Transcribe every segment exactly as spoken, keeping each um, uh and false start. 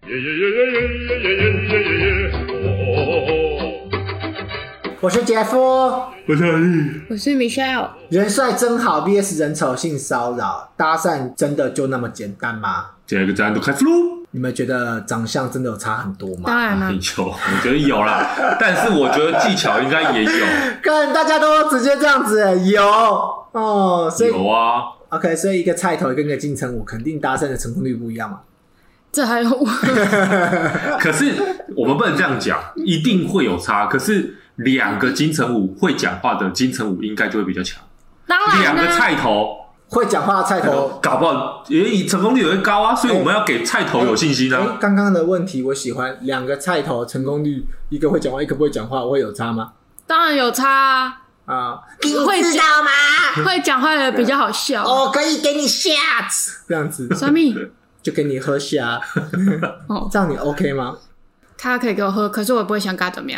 我是杰夫， 我是阿力， 我是 Michelle。 人帅真好 V S 人丑性骚扰，搭讪真的就那么简单吗？ 这个站都开始喽。 你们觉得长相真的有差很多吗？ 当然了， 有，我觉得有啦，但是我觉得技巧应该也有。 看大家都直接这样子，有哦，所以有啊。 OK， 所以一个菜头跟一个金城武，肯定搭讪的成功率不一样嘛。 这还有我， 可是我们不能这样讲，一定会有差。可是两个金城武会讲话的金城武应该就会比较强。 当然两个菜头会讲话的菜头， 搞不好也成功率也会高啊。所以我们要给菜头有信心啊。 刚刚的问题我喜欢，两个菜头成功率，一个会讲话，一个不会讲话，会有差吗？ 当然有差啊。 啊， 会知道吗？会讲话的比较好笑哦，可以给你下这样子， 什么？ 就给你喝虾，哦，这样你 OK 吗？ 他可以给我喝，可是我也不会想跟他怎么样。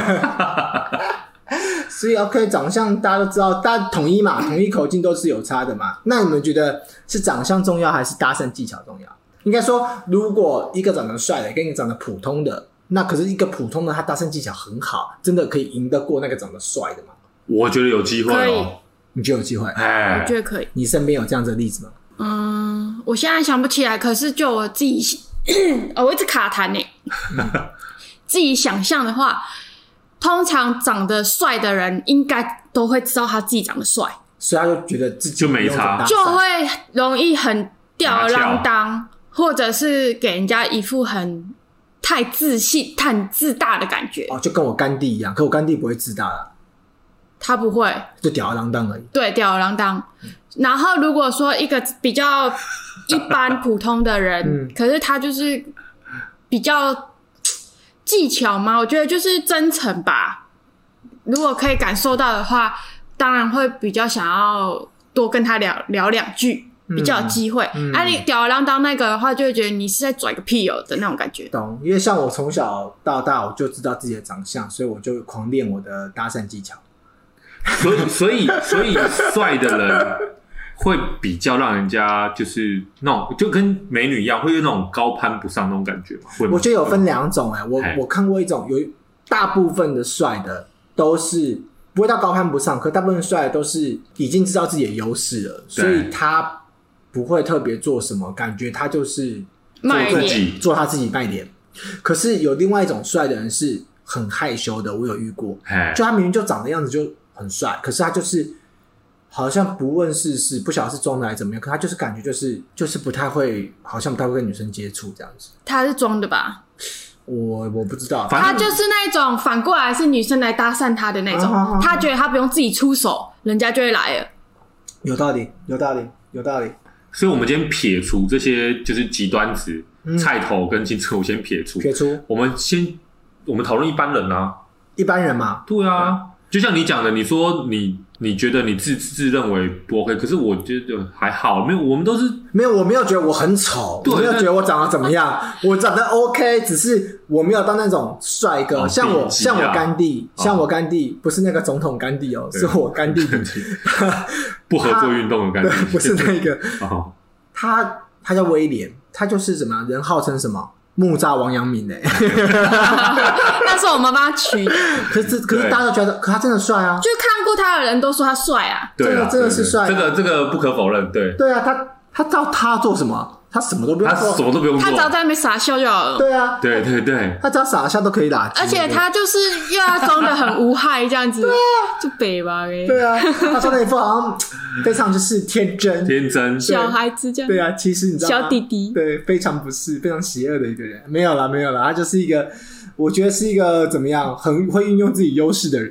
所以 OK， 长相大家都知道，大家统一嘛，统一口径都是有差的嘛。那你们觉得是长相重要还是搭讪技巧重要？应该说，如果一个长得帅的跟一个长得普通的，那可是一个普通的他搭讪技巧很好，真的可以赢得过那个长得帅的吗？ 我觉得有机会哦。 你觉得有机会？ 哎， 我觉得可以。 你身边有这样子的例子吗？ 嗯，我现在想不起来，可是就我自己，哦，我一直卡痰呢。自己想象的话，通常长得帅的人应该都会知道他自己长得帅， 所以他就觉得自己就没差， 就会容易很吊儿郎当，或者是给人家一副很太自信、太自大的感觉。 哦，就跟我干弟一样，可我干弟不会自大啦， 他不会， 就吊儿郎当而已。 对，吊儿郎当。嗯，然后如果说一个比较一般普通的人，嗯，可是他就是比较技巧嘛，我觉得就是真诚吧。如果可以感受到的话，当然会比较想要多跟他聊聊两句，比较有机会。嗯嗯，啊，你吊儿郎当那个的话，就会觉得你是在拽个屁哦的那种感觉。 懂，因为像我从小到大我就知道自己的长相，所以我就狂练我的搭讪技巧。 所以，所以，所以，帅的人会比较让人家就是那种，就跟美女一样，会有那种高攀不上那种感觉吗？会吗？ 我觉得有分两种哎、欸，我我看过一种，有大部分的帅的都是不会到高攀不上，可大部分帅的都是已经知道自己的优势了，所以他不会特别做什么，感觉他就是做自己， 做他自己卖点。可是有另外一种帅的人是很害羞的，我有遇过，就他明明就长的样子就很帅，可是他就是好像不问世事，不晓得是装的还是怎么样，可他就是感觉就是就是不太会，好像不太会跟女生接触这样子。 他是装的吧？ 我我不知道， 他就是那种反过来是女生来搭讪他的那种，啊、他觉得他不用自己出手，人家就会来了。 有道理，有道理，有道理。 所以我们今天撇除这些就是极端值，嗯、菜头跟金城武先撇除， 撇除， 我们先我们讨论一般人啊， 一般人嘛， 对啊。嗯，就像你讲的，你说你你觉得你自自认为不 OK， 可是我觉得还好，没有，我们都是没有，我没有觉得我很丑，我没有觉得我长得怎么样，我长得 OK， 只是我没有到那种帅哥，哦，像我、啊、像我干弟，哦，像我干弟，不是那个总统干弟哦，是我干弟弟， 不合作运动的干弟， 不是那个， 哦， 他他叫威廉，他就是什么人号称什么？木栅王阳明诶， 那是我们帮他取的。 可是可是大家都觉得，可他真的帅啊！ 就看过他的人都说他帅啊， 对啊， 真的是帅，啊。 这个这个不可否认，对。 对啊，他他知道他做什么，他什么都不用做， 他什么都不用做， 他只要在那边傻笑就好了。 对啊， 对对对， 他只要傻笑都可以打。 而且他就是又要装得很无害这样子，对啊，就北吧欸。 对啊，他装的一副好像非常就是天真， 天真小孩子这样。 对啊，其实你知道吗？ 小弟弟，对， 非常不是，非常邪恶的一个人。没有啦，没有啦，他就是一个，我觉得是一个怎么样，很会运用自己优势的人。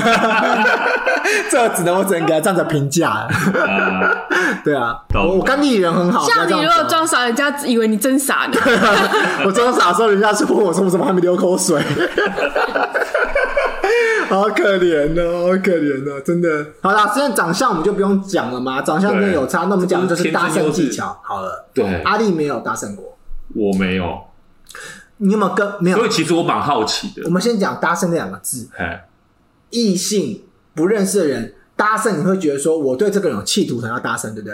这只能我只能给他这样子评价了。对啊，我我干弟人很好。 像你如果装傻，人家以为你真傻的。 我装傻的时候，人家说我说我怎么还没流口水。好可怜哦，好可怜哦，真的。好啦，现在长相我们就不用讲了嘛，长相真的有差。那我们讲的就是搭讪技巧。好了， 对， 阿力没有搭讪过， 我没有。 你有没有跟没有？ 所以其实我蛮好奇的。 我们先讲搭讪这两个字，异性不认识的人搭讪，你会觉得说我对这个人有企图想要搭讪，对不对？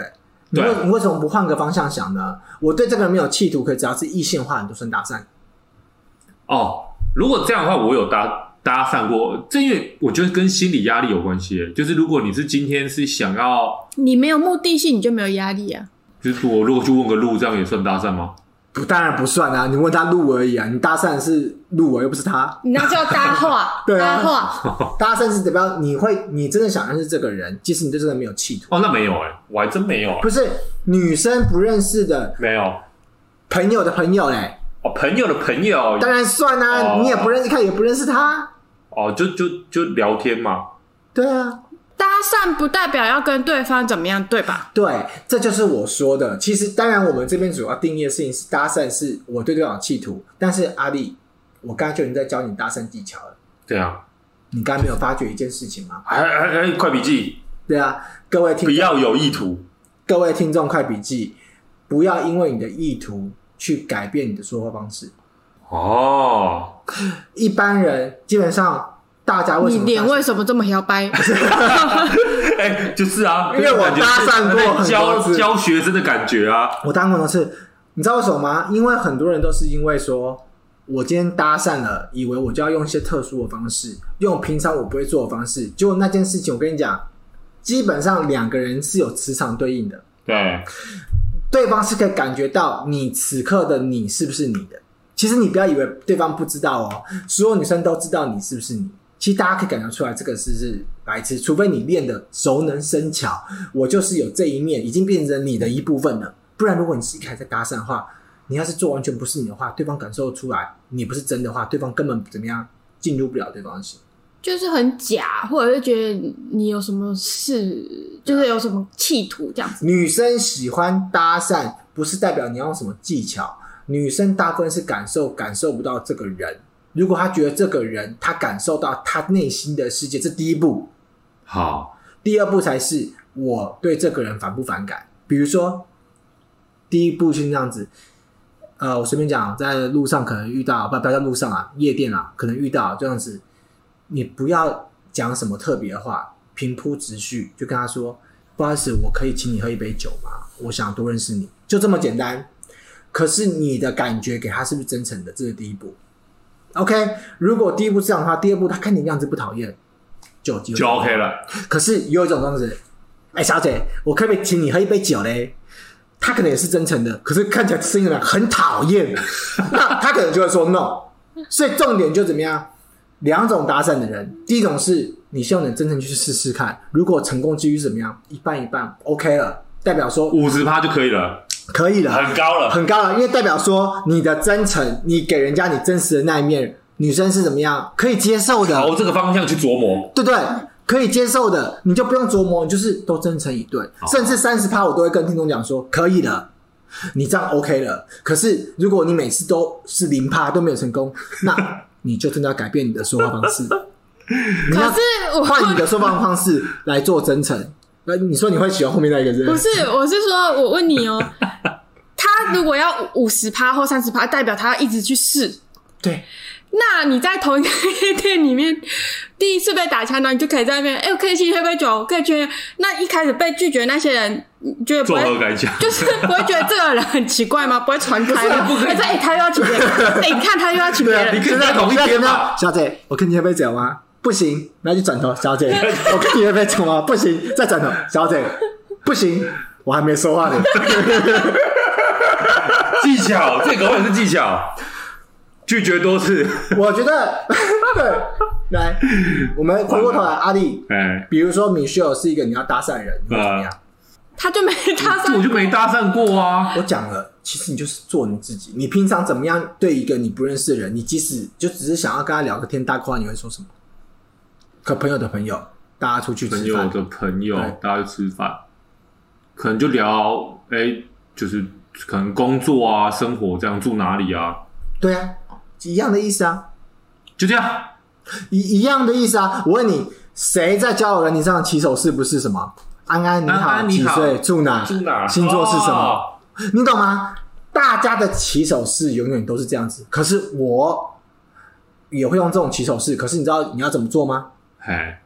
你为你为什么不换个方向想呢？我对这个人没有企图，可只要是异性化，你都算搭讪。 哦，如果这样的话，我有搭搭讪过，这因为我觉得跟心理压力有关系。就是如果你是今天是想要， 你没有目的性，你就没有压力啊。 就是我如果去问个路，这样也算搭讪吗？ 不，当然不算啊！你问他路而已啊，你搭讪是路啊，又不是他。 你那叫搭话， 对啊， 搭话。 搭讪是代表你会，你真的想认识这个人，即使你对这个人没有企图。 哦，那没有哎、欸，我还真没有、欸。 不是女生不认识的， 没有朋友的朋友嘞。 哦，朋友的朋友当然算啊，哦、你也不认识，看也不认识他。 哦，就就就聊天嘛。 对啊。 搭讪不代表要跟对方怎么样，对吧？ 对，这就是我说的。其实，当然，我们这边主要定义的事情是搭讪，是我对对方有企图。但是阿力，我刚才就已经在教你搭讪技巧了。 对啊， 你刚才没有发觉一件事情吗？ 还还还快笔记。 对啊，各位听众， 不要有意图。 各位听众，快笔记，不要因为你的意图去改变你的说话方式。 哦， 一般人基本上。大家为什么你脸为什么这么摇摆？ 哎、欸，就是啊， 因为我搭讪过很教教学生的感觉啊。 我搭过很多次，你知道为什么吗？因为很多人都是因为说，我今天搭讪了，以为我就要用一些特殊的方式，用平常我不会做的方式。结果那件事情，我跟你讲，基本上两个人是有磁场对应的。 对， 对方是可以感觉到你此刻的你是不是你的。其实你不要以为对方不知道哦，所有女生都知道你是不是你。其实大家可以感觉出来，这个是是白痴，除非你练得熟能生巧。我就是有这一面，已经变成你的一部分了。不然，如果你是一开始在搭讪的话，你要是做完全不是你的话，对方感受出来你不是真的话，对方根本怎么样进入不了对方的心， 就是很假，或者是觉得你有什么事，就是有什么企图这样子。 女生喜欢搭讪，不是代表你要用什么技巧，女生大部分是感受感受不到这个人。如果他觉得这个人他感受到他内心的世界，这第一步好， 第二步才是我对这个人反不反感。比如说第一步是这样子，呃，我随便讲，在路上可能遇到，不不要在路上啊，夜店啊，可能遇到这样子，你不要讲什么特别的话，平铺直叙，就跟他说，不好意思，我可以请你喝一杯酒吗？我想多认识你，就这么简单。可是你的感觉给他是不是真诚的？这是第一步。OK， 如果第一步是这样的话，第二步他看你样子不讨厌，就有机会就 OK 了。 可是有一种方式，哎、欸，小姐，我可不可以请你喝一杯酒嘞？他可能也是真诚的，可是看起来声音很讨厌，那他可能就会说 no。所以重点就怎么样？两种搭讪的人，第一种是你希望你真诚去试试看，如果成功几率怎么样？一半一半 ，OK 了，代表说百分之五十 就可以了。 可以了， 很高了， 很高了，因为代表说你的真诚，你给人家你真实的那一面，女生是怎么样可以接受的， 朝这个方向去琢磨， 对不对？可以接受的，你就不用琢磨，你就是都真诚以对，甚至 百分之三十 我都会跟听众讲说，可以了，你这样 OK 了。可是如果你每次都是零趴都没有成功，那你就真的要改变你的说话方式。 可是我换你的说话方式来做真诚。你说你会喜欢后面那一个人？ 不是，我是说，我问你哦，他如果要百分之五十 或百分之三十，代表他要一直去试。 对。 那你在同一个夜店里面，第一次被打枪呢，你就可以在那边，哎、欸，我可以请你喝杯酒，可以去。那一开始被拒绝那些人，觉得不会作何感想？ 就是不会觉得这个人很奇怪吗？不会传开吗？而且哎，他又要请别人，哎、欸，你看他又要请别人， 你跟他同一边嘛？ 小姐，我跟你喝杯酒吗？不行，那就转头，小姐，我跟你喝杯酒吗？不行，再转头，小姐，不行，我还没说话呢。 技巧，这个我也是技巧。拒绝多次， 我觉得对。来，我们回过头来，阿力， 哎， 比如说Michelle是一个你要搭讪人，你会怎么样？ 他就没搭讪， 我就没搭讪过啊。 我讲了，其实你就是做你自己。你平常怎么样对一个你不认识的人，你即使就只是想要跟他聊个天搭话，你会说什么？可朋友的朋友，大家出去吃饭， 朋友的朋友，大家去吃饭，可能就聊，哎、欸，就是可能工作啊、生活这样，住哪里啊？ 对啊。一样的意思啊， 就这样， 一一样的意思啊。我问你，谁在交友软体上起手式不是什么安安你好， 安安你好几岁，住哪， 住哪， 星座是什么？ 哦、 你懂吗？大家的起手式永远都是这样子。可是我也会用这种起手式，可是你知道你要怎么做吗？ 哎，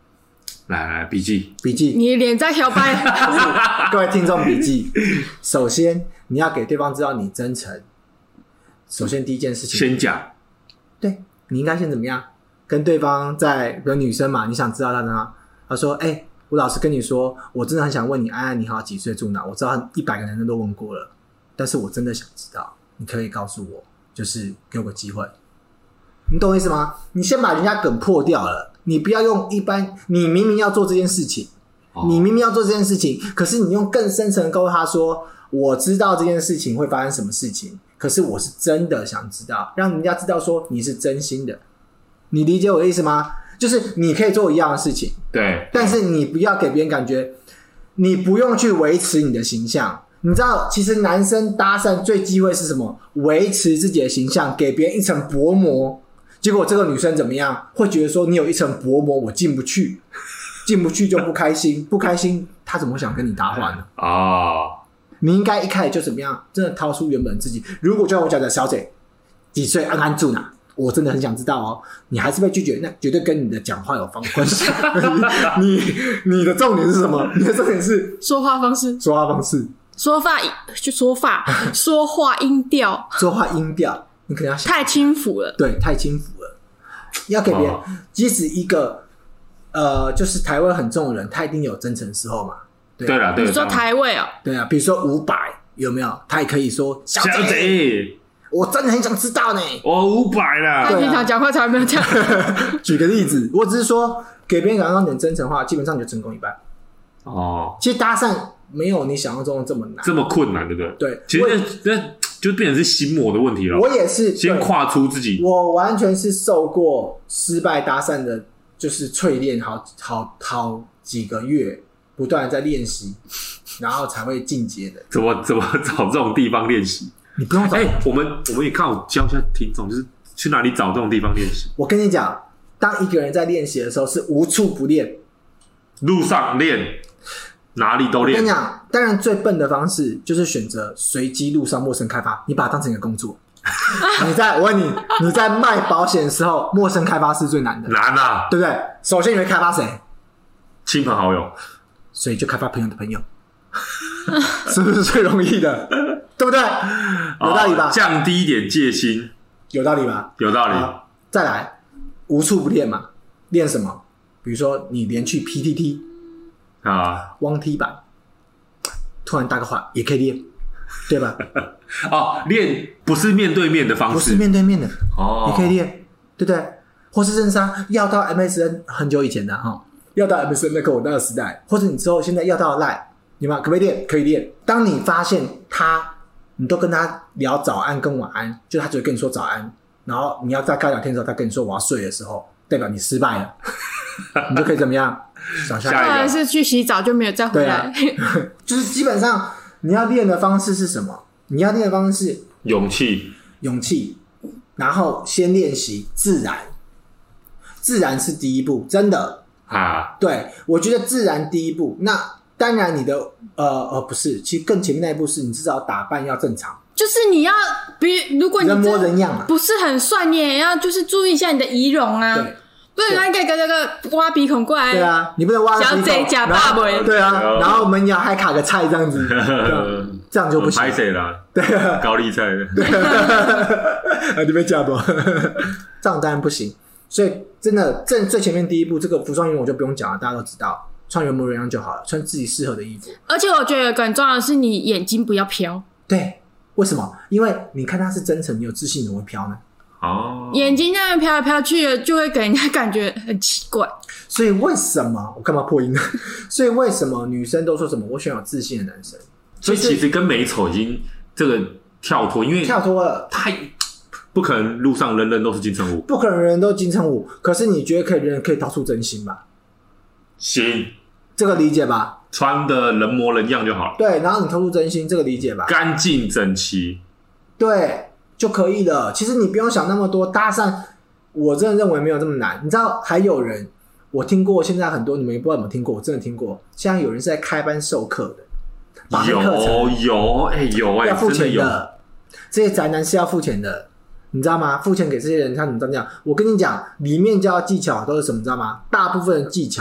来来，笔记笔记， 你脸在摇摆。 各位听众笔记。首先，你要给对方知道你真诚。首先第一件事情， 先讲， 对，你应该先怎么样？跟对方在，比如女生嘛，你想知道她呢？她说：“哎、欸，我老实跟你说，我真的很想问你，安安你好，几岁住哪？我知道一百个男人都问过了，但是我真的想知道，你可以告诉我，就是给我个机会。你懂我意思吗？你先把人家梗破掉了，你不要用一般，你明明要做这件事情， 哦、 你明明要做这件事情，可是你用更深层的告诉他说，我知道这件事情会发生什么事情，可是我是真的想知道，让人家知道说你是真心的。你理解我的意思吗？就是你可以做一样的事情， 对， 但是你不要给别人感觉，你不用去维持你的形象。你知道，其实男生搭讪最忌讳是什么？维持自己的形象，给别人一层薄膜。结果这个女生怎么样？会觉得说你有一层薄膜，我进不去，进不去就不开心，不开心，她怎么会想跟你搭话呢？ 哦， 你应该一开始就怎么样？真的掏出原本自己。如果就像我讲的，小姐几岁，安安住哪？我真的很想知道哦。你还是被拒绝，那绝对跟你的讲话有方关系。你你的重点是什么？你的重点是说话方式， 说话方式， 说话就说话，说话音调， 说话音调，你可能要想太轻浮了。 对，太轻浮了。要给别人， 哦、 即使一个呃，就是台味很重的人，他一定有真诚的时候嘛。对对了，对了， 你说台味哦？ 对啊，比如说伍佰有没有？他也可以说小姐， 小姐我真的很想知道呢。 我五百啦。 他平常讲话才没有这样。 举个例子，我只是说给别人感到点真诚的话，基本上你就成功一半。 哦， 其实搭讪没有你想象中的这么难， 这么困难，对不对？ 对， 其实那那就变成是心魔的问题了。 我也是先跨出自己， 我完全是受过失败搭讪的，就是淬炼好好好几个月，不断的在练习，然后才会进阶的。 怎么怎么找这种地方练习？ 你不用找， 哎、欸，我们我们也刚好教一下听众，就是去哪里找这种地方练习。 我跟你讲，当一个人在练习的时候，是无处不练， 路上练，哪里都练。 我跟你讲，当然最笨的方式就是选择随机路上陌生开发，你把它当成一个工作。你在我问你，你在卖保险的时候，陌生开发是最难的， 难啊， 对不对？首先你会开发谁？ 亲朋好友， 所以就开发朋友的朋友，是不是最容易的？对不对？有道理吧？ 哦、降低一点戒心， 有道理吧？ 有道理。 再来，无处不练嘛，练什么？比如说你连去 P T T 啊， 汪 T 版，突然搭个话也可以练，对吧？ 哦，练不是面对面的方式， 不是面对面的， 哦， 也可以练，对不对？或是认杀要到 M S N 很久以前的哈，要到 M S N 那个我那个时代，或者你之后现在要到 Line， 你们可不可以练？可以练。当你发现他，你都跟他聊早安跟晚安，就他只会跟你说早安，然后你要再跟他聊天的时候，他跟你说我要睡的时候，代表你失败了，你就可以怎么样？找下一个。 当然是去洗澡就没有再回来。 对啊、就是基本上你要练的方式是什么？你要练的方式是勇气， 勇气，然后先练习自然，自然是第一步，真的啊。 对，我觉得自然第一步。那当然你的呃呃不是，其实更前面那一步是你至少打扮要正常， 就是你要，比如果你人模人样啊， 不是很帅，你也要就是注意一下你的仪容啊。 对。 不能让一个那个挖鼻孔过来， 对啊，你不能挖鼻孔， 小贼假大尾， 对啊，然后门牙还卡个菜这样子，这样, 这样就不行。 拍谁啦？ 对啊， 高丽菜的， 对啊，你被夹不？这样当然不行。所以真的，正最前面第一步，这个服装仪容我就不用讲了，大家都知道，穿原模原样就好了，穿自己适合的衣服。 而且我觉得有个很重要的是，你眼睛不要飘。 对，为什么？因为你看他是真诚，你有自信，怎么会飘呢？ 哦， 眼睛那样飘来飘去的，就会给人家感觉很奇怪。 所以为什么我干嘛破音呢？所以为什么女生都说什么我喜欢有自信的男生？ 所以其实跟美丑已经这个跳脱，因为跳脱了， 太不可能路上人人都是金城武， 不可能人人都金城武。可是你觉得可以人人可以掏出真心吧？ 行， 这个理解吧？ 穿的人模人样就好了。 对，然后你掏出真心，这个理解吧？ 干净整齐， 对。就可以了。其实你不用想那么多，搭讪我真的认为没有这么难。你知道还有人，我听过，现在很多你们也不知道有没有听过，我真的听过。现在有人是在开班授课的， 有有哎、欸、有哎、欸， 要付钱的的。这些宅男是要付钱的，你知道吗？付钱给这些人，他怎么这样？我跟你讲，里面教的技巧都是什么，你知道吗？大部分的技巧啊，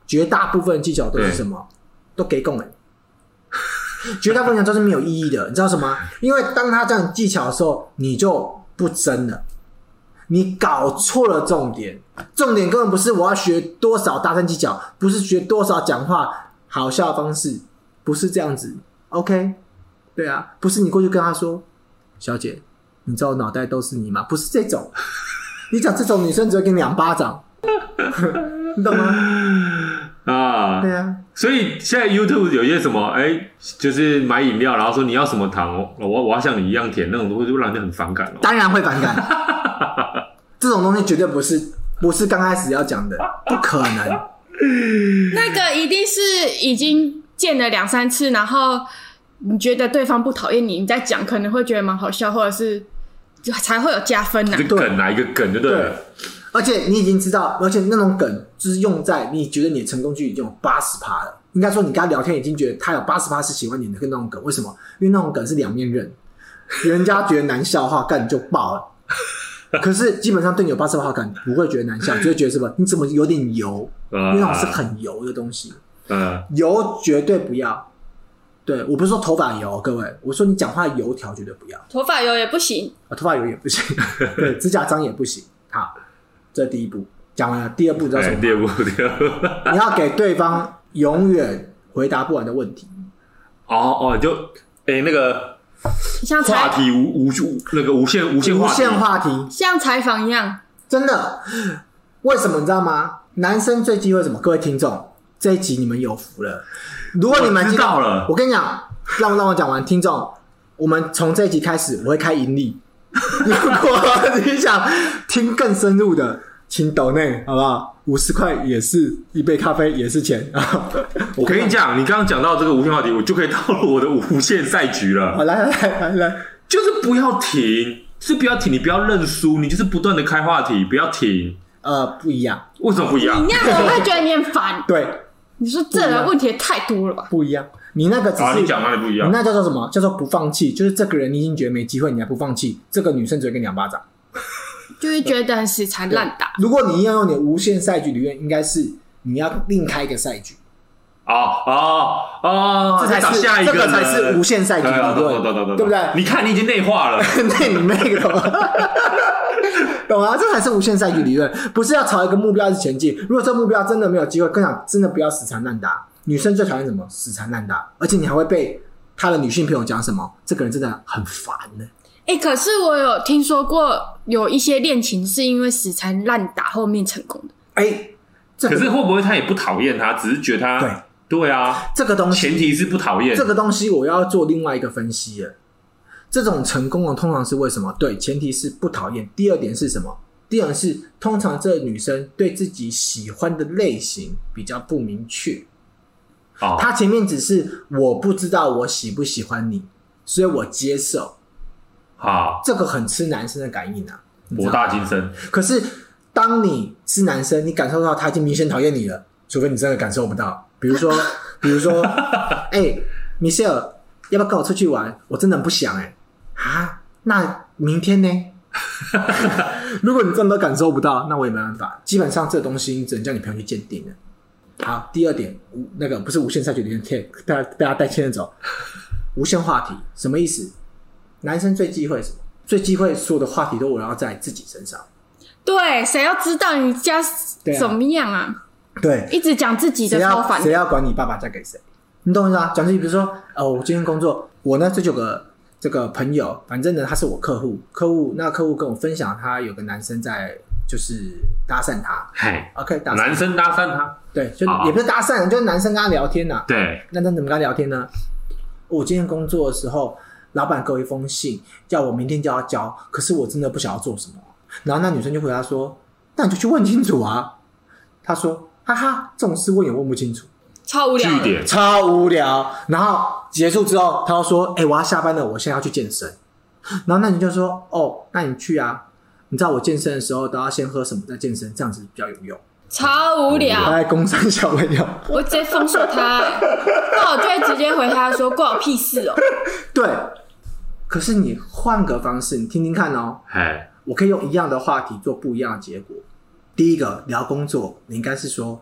绝大部分的技巧都是什么？都给供人。绝大部分都是没有意义的，你知道什么？因为当他这样技巧的时候，你就不真了，你搞错了重点。重点根本不是我要学多少搭讪技巧，不是学多少讲话好笑的方式，不是这样子。OK， 对啊，不是你过去跟他说，小姐，你知道我脑袋都是你吗？不是这种，你讲这种女生只会给你两巴掌，你懂吗？ 啊， 对啊。 所以现在 YouTube 有些什么，哎、欸，就是买饮料，然后说你要什么糖，我我要像你一样甜，那种东西就让人很反感哦。 当然会反感，这种东西绝对不是不是刚开始要讲的，不可能。 那个一定是已经见了两三次，然后你觉得对方不讨厌你，你再讲可能会觉得蛮好笑，或者是才会有加分呐、啊。 这梗哪一个梗就对了。对， 而且你已经知道，而且那种梗就是用在你觉得你的成功率已经有 百分之八十 了。应该说你跟他聊天已经觉得他有 百分之八十 是喜欢你的跟那种梗，为什么？因为那种梗是两面刃，人家觉得难笑的话，干你就爆了。可是基本上对你有 百分之八十 好感，不会觉得难笑，只会觉得什么？你怎么有点油？因为那种是很油的东西， 嗯， 油绝对不要。对，我不是说头发油，各位，我说你讲话油条绝对不要， 头发油也不行， 啊，头发油也不行，对，指甲脏也不行。好，这是第一步，讲完了。第二步你知道什么吗？ 第二步，第二步， 你要给对方永远回答不完的问题。 哦哦，就哎、欸、那个像话题无无那个无限无限话题， 无限话题， 像采访一样， 真的。为什么你知道吗？男生最忌讳什么？各位听众，这一集你们有福了。如果你们知道了， 我跟你讲，让让我讲完，听众，我们从这一集开始，我会开盈利。如果你想听更深入的，请抖内好不好？五十块也是一杯咖啡，也是钱。 我跟你讲，你刚刚讲到这个无限话题，我就可以套入我的无限赛局了。 好，来来来来来， 就是不要停，就是不要停，你不要认输，你就是不断的开话题，不要停。 呃，不一样。 为什么不一样？ 你那样我会觉得你很烦。 对， 你说这人问题也太多了吧？ 不一样。你那个只是、 啊、你讲哪里不一样？ 你那叫做什么？叫做不放弃。就是这个人你已经觉得没机会，你还不放弃，这个女生只会给你两巴掌， 就是觉得很死缠烂打。 如果你要用你的无限赛局理论，应该是你要另开一个赛局。 哦哦哦， 这才是下一个， 这个才是无限赛局理论，对不对？ 你看你已经内化了， 内你妹的，懂吗？这才是无限赛局理论，不是要朝一个目标去前进。如果这目标真的没有机会，更想真的不要死缠烂打。女生最讨厌什么？死缠烂打，而且你还会被她的女性朋友讲什么？这个人真的很烦呢。 哎、欸，可是我有听说过有一些恋情是因为死缠烂打后面成功的。 哎、欸， 可是会不会他也不讨厌他，只是觉得他对对啊， 这个东西前提是不讨厌。 这个东西我要做另外一个分析了。这种成功的通常是为什么？对，前提是不讨厌。第二点是什么？第二点是通常这个女生对自己喜欢的类型比较不明确。 哦， 她前面只是我不知道我喜不喜欢你，所以我接受。 好， 这个很吃男生的感应啊， 博大精深。 可是当你是男生，你感受到他已经明显讨厌你了，除非你真的感受不到。比如说，比如说，哎、欸、，Michelle， 要不要跟我出去玩？我真的很不想哎、欸。啊，那明天呢？如果你真的都感受不到，那我也没办法。基本上这东西只能叫你朋友去鉴定了。好，第二点，那个不是无限赛局里面被大家被他带牵着走，无限话题什么意思？男生最忌讳什么？最忌讳所有的话题都围绕在自己身上。 对，谁要知道你家怎么样啊？ 对， 一直讲自己的超烦。 谁要管你爸爸嫁给谁？你懂我意思吗？讲自己，比如说，哦，我今天工作，我呢这就有个这个朋友，反正呢他是我客户，客户那客户跟我分享，他有个男生在就是搭讪他， 嘿 ，OK， 搭讪男生搭讪他， 对，就也不是搭讪，就是男生跟他聊天呐、啊。 对， 那那怎么跟他聊天呢？我今天工作的时候，老板给我一封信，叫我明天就要交，可是我真的不想要做什么。然后那女生就回答说：“那你就去问清楚啊。”他说：“哈哈，这种事问也问不清楚， 超无聊的， 据点超无聊。”然后结束之后，他又说：“哎、欸，我要下班了，我现在要去健身。”然后那女就说：“哦，那你去啊。你知道我健身的时候都要先喝什么再健身，这样子比较有用。” 超无聊。 他在攻山小朋友， 我直接封锁他、欸，那我就会直接回他说：“关我屁事哦。” 对。可是你换个方式，你听听看哦。 哎， 我可以用一样的话题做不一样的结果。第一个聊工作，你应该是说：“哎、欸，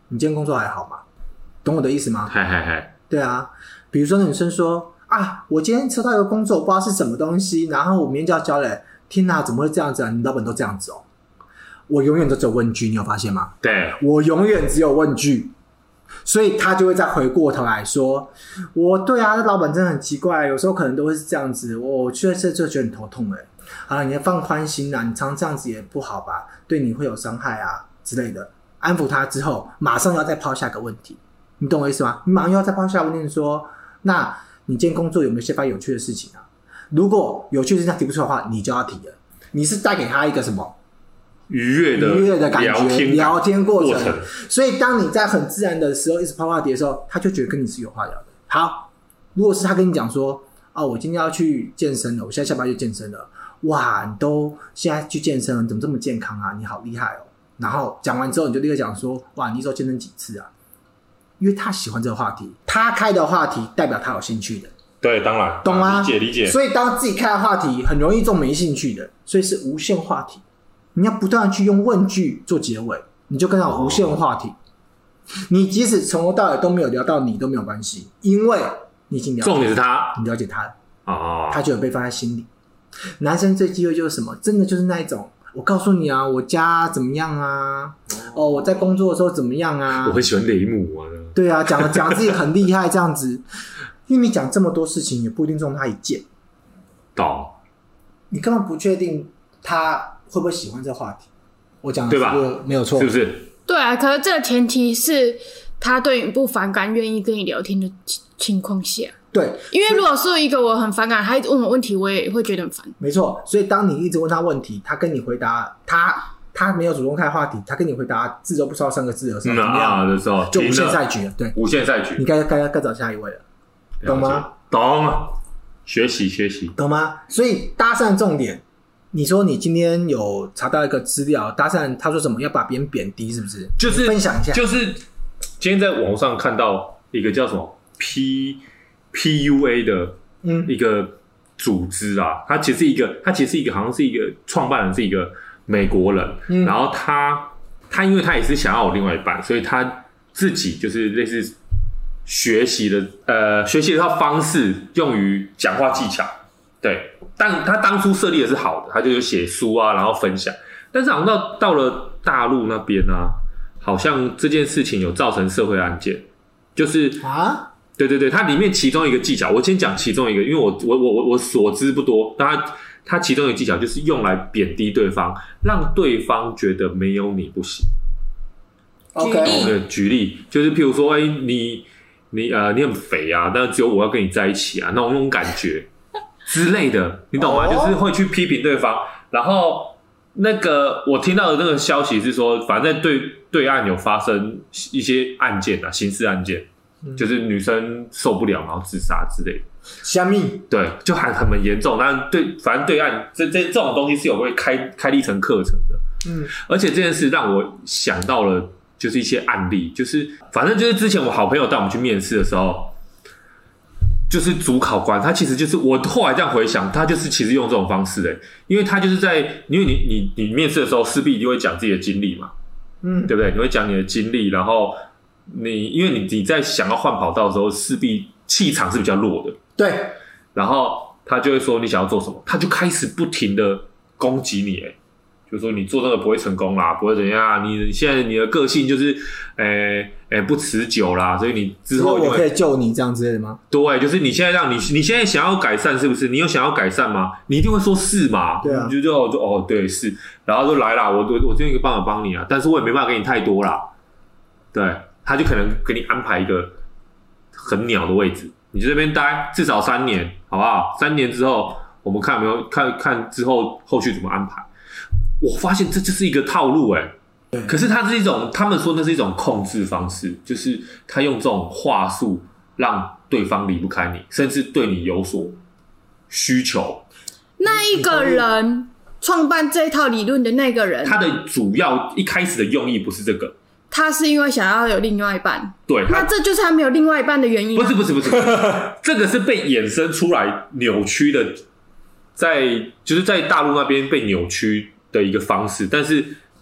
你今天工作还好吗？懂我的意思吗？ 嗨嗨嗨， 对啊，比如说那女生说啊，我今天收到一个工作，我不知道是什么东西，然后我明天就要交嘞。天哪，怎么会这样子啊？你老板都这样子哦。我永远都只有问句，你有发现吗？ 对， 我永远只有问句，所以他就会再回过头来说，我对啊，这老板真的很奇怪，有时候可能都会是这样子，我确实就觉得很头痛哎。啊，你要放宽心啦，你常这样子也不好吧，对你会有伤害啊之类的。安抚他之后，马上要再抛下个问题，你懂我意思吗？你马上又要再抛下问题说，那你今天工作有没有些发有趣的事情啊？如果有趣的事情他提不出来的话，你就要提了。你是带给他一个什么愉悦的愉悦的感觉， 聊天聊天过程。 过程所以当你在很自然的时候一直抛话题的时候，他就觉得跟你是有话聊的。好，如果是他跟你讲说，哦，我今天要去健身了，我现在下班就健身了。哇，你都现在去健身了，你怎么这么健康啊？你好厉害哦！然后讲完之后，你就立刻讲说，哇，你一周健身几次啊？因为他喜欢这个话题，他开的话题代表他有兴趣的。 对，当然， 懂吗？ 理解理解。 所以当自己开的话题很容易中没兴趣的，所以是无限话题。你要不断的去用问句做结尾，你就跟他有无限话题。哦、你即使从头到尾都没有聊到你都没有关系，因为你已经了解， 重点是他， 你了解他了， 哦， 他就有被放在心里。男生最忌讳就是什么？真的就是那一种，我告诉你啊，我家怎么样啊？哦，我在工作的时候怎么样啊？ 我很喜欢雷姆啊。 对啊，讲讲自己很厉害这样子。因为你讲这么多事情，也不一定中他一件。 懂。 你根本不确定他会不会喜欢这个话题。我讲的是不是没有错？ 是不是？ 对啊，可是这个前提是他对你不反感，愿意跟你聊天的情况下。 对， 因为如果是一个我很反感，他一直问我问题，我也会觉得很烦。 没错，所以当你一直问他问题，他跟你回答，他他没有主动开话题，他跟你回答字都不超三个字的时候， 嗯、 怎么样、 啊、的时候， 就无限赛局了。对， 无限赛局， 你该该该找下一位了。懂吗？ 懂，学习学习， 懂吗？所以搭讪重点，你说你今天有查到一个资料，搭讪他说什么要把别人贬低，是不是？ 就是分享一下， 就是今天在网络上看到一个叫什么 P P U A 的一个组织啊，它其实是一个，它其实是一个好像是一个创办人是一个美国人，嗯、然后他他因为他也是想要有另外一半，所以他自己就是类似。学习的呃，学习的套方式用于讲话技巧，对，但他当初设立的是好的，他就有写书啊，然后分享。但是好像到到了大陆那边啊，好像这件事情有造成社会案件，就是啊， 对对对，它里面其中一个技巧，我先讲其中一个，因为我我我我所知不多，但它它其中一个技巧就是用来贬低对方，让对方觉得没有你不行。 OK， 举例就是譬如说，哎、欸，你。你呃，你很肥啊，但是只有我要跟你在一起啊，那种那种感觉之类的，你懂吗？ Oh. 就是会去批评对方。然后那个我听到的那个消息是说，反正在对对岸有发生一些案件啊，刑事案件，嗯、就是女生受不了然后自杀之类的。 虾米？ 对，就还很很严重。但对，反正对岸这这这种东西是有会开开立成课程的。嗯，而且这件事让我想到了。就是一些案例，就是反正就是之前我好朋友带我们去面试的时候，就是主考官他其实就是我后来这样回想，他就是其实用这种方式诶，因为他就是在因为你你你面试的时候势必一定会讲自己的经历嘛，嗯，对不对？你会讲你的经历，然后你因为你你在想要换跑道的时候，势必气场是比较弱的， 对， 然后他就会说你想要做什么，他就开始不停的攻击你诶。就说你做这个不会成功啦，不会怎样，你现在你的个性就是，诶、欸、诶、欸、不持久啦，所以你之后我可以救你这样之类的吗？ 对，就是你现在让你你现在想要改善是不是？你有想要改善吗？你一定会说是嘛？ 对啊， 你就就就哦对是，然后就来啦，我我我这有一个办法帮你啊，但是我也没办法给你太多啦，对，他就可能给你安排一个很鸟的位置，你就这边待至少三年，好不好？三年之后我们看有没有看看之后后续怎么安排。我发现这就是一个套路哎、欸，可是它是一种，他们说那是一种控制方式，就是他用这种话术让对方离不开你，甚至对你有所需求。 那一个人创办这套理论的那个人， 他的主要一开始的用意不是这个， 他是因为想要有另外一半， 对， 那这就是他没有另外一半的原因、啊。 不是不是不是，这个是被衍生出来扭曲的，在就是在大陆那边被扭曲的一个方式，但是